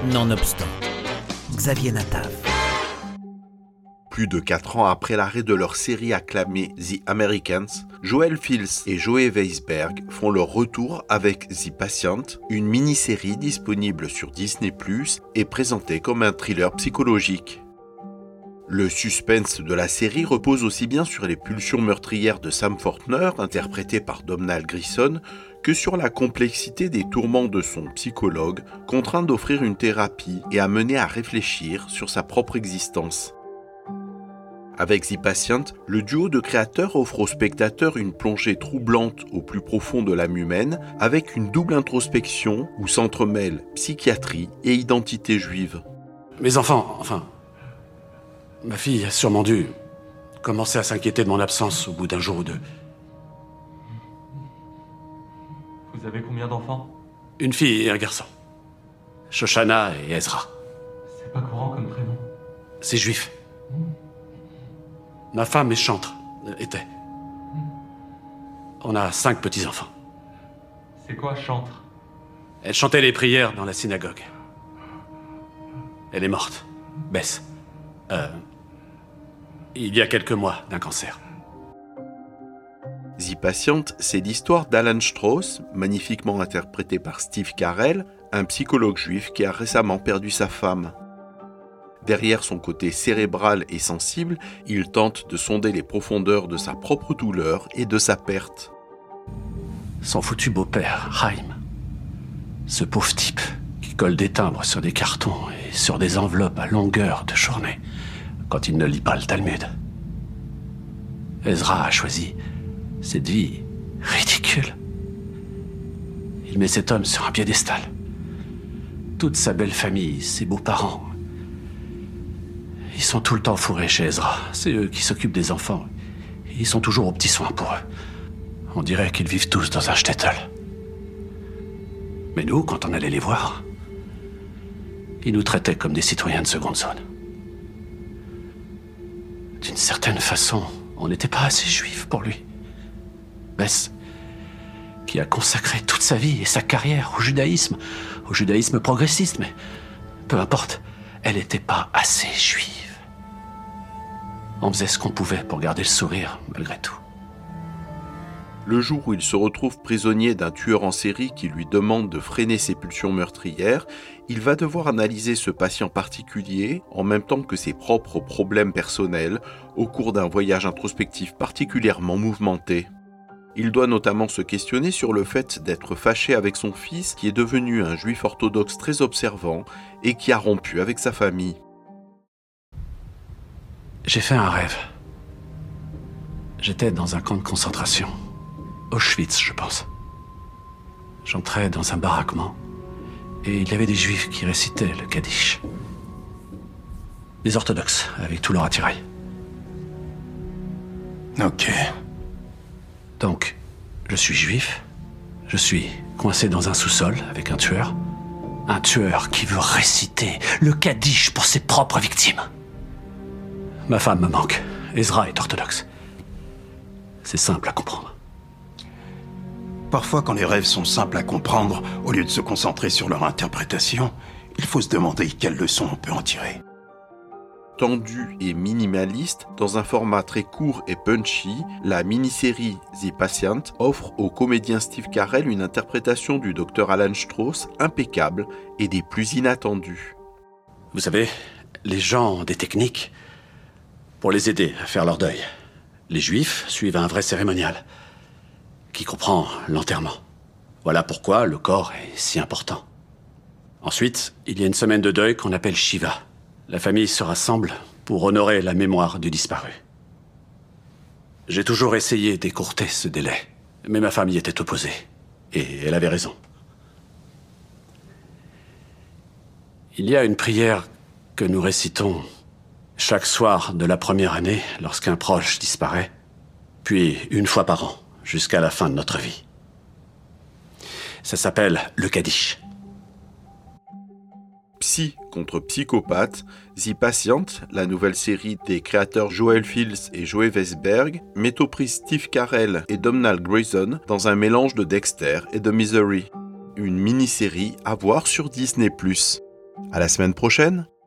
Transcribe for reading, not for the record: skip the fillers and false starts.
Nonobstant, Xavier Natav. Plus de 4 ans après l'arrêt de leur série acclamée The Americans, Joel Fields et Joey Weisberg font leur retour avec The Patient, une mini-série disponible sur Disney+, et présentée comme un thriller psychologique. Le suspense de la série repose aussi bien sur les pulsions meurtrières de Sam Fortner, interprété par Domhnall Gleeson, que sur la complexité des tourments de son psychologue, contraint d'offrir une thérapie et amené à réfléchir sur sa propre existence. Avec The Patient, le duo de créateurs offre aux spectateurs une plongée troublante au plus profond de l'âme humaine, avec une double introspection où s'entremêlent psychiatrie et identité juive. Mes enfants, ma fille a sûrement dû commencer à s'inquiéter de mon absence au bout d'un jour ou deux. Vous avez combien d'enfants ? Une fille et un garçon. Shoshana et Ezra. C'est pas courant comme prénom. C'est juif. Ma femme est chantre. Était. On a 5 petits-enfants. C'est quoi chantre ? Elle chantait les prières dans la synagogue. Elle est morte. Bess. Il y a quelques mois d'un cancer. The Patient, c'est l'histoire d'Alan Strauss, magnifiquement interprété par Steve Carell, un psychologue juif qui a récemment perdu sa femme. Derrière son côté cérébral et sensible, il tente de sonder les profondeurs de sa propre douleur et de sa perte. Son foutu beau-père, Chaim. Ce pauvre type qui colle des timbres sur des cartons et sur des enveloppes à longueur de journée quand il ne lit pas le Talmud. Ezra a choisi cette vie ridicule. Il met cet homme sur un piédestal. Toute sa belle famille, ses beaux-parents. Ils sont tout le temps fourrés chez Ezra. C'est eux qui s'occupent des enfants. Ils sont toujours aux petits soins pour eux. On dirait qu'ils vivent tous dans un shtetl. Mais nous, quand on allait les voir, ils nous traitaient comme des citoyens de seconde zone. D'une certaine façon, on n'était pas assez juifs pour lui. Bess, qui a consacré toute sa vie et sa carrière au judaïsme progressiste, mais peu importe, elle n'était pas assez juive. On faisait ce qu'on pouvait pour garder le sourire, malgré tout. Le jour où il se retrouve prisonnier d'un tueur en série qui lui demande de freiner ses pulsions meurtrières, il va devoir analyser ce patient particulier en même temps que ses propres problèmes personnels au cours d'un voyage introspectif particulièrement mouvementé. Il doit notamment se questionner sur le fait d'être fâché avec son fils qui est devenu un juif orthodoxe très observant et qui a rompu avec sa famille. J'ai fait un rêve. J'étais dans un camp de concentration. Auschwitz, je pense. J'entrais dans un baraquement et il y avait des juifs qui récitaient le Kaddish. Des orthodoxes, avec tout leur attirail. Ok. Donc, je suis juif, je suis coincé dans un sous-sol avec un tueur qui veut réciter le Kaddish pour ses propres victimes. Ma femme me manque, Ezra est orthodoxe. C'est simple à comprendre. Parfois, quand les rêves sont simples à comprendre, au lieu de se concentrer sur leur interprétation, il faut se demander quelles leçons on peut en tirer. Tendue et minimaliste, dans un format très court et punchy, la mini-série The Patient offre au comédien Steve Carell une interprétation du Dr Alan Strauss impeccable et des plus inattendues. Vous savez, les gens ont des techniques pour les aider à faire leur deuil. Les juifs suivent un vrai cérémonial qui comprend l'enterrement. Voilà pourquoi le corps est si important. Ensuite, il y a une semaine de deuil qu'on appelle Shiva. La famille se rassemble pour honorer la mémoire du disparu. J'ai toujours essayé d'écourter ce délai, mais ma femme y était opposée. Et elle avait raison. Il y a une prière que nous récitons chaque soir de la première année lorsqu'un proche disparaît, puis une fois par an, jusqu'à la fin de notre vie. Ça s'appelle le Kaddish. Psy contre psychopathe, The Patient, la nouvelle série des créateurs Joel Fields et Joey Weisberg, met aux prises Steve Carell et Domhnall Gleeson dans un mélange de Dexter et de Misery. Une mini-série à voir sur Disney+. À la semaine prochaine!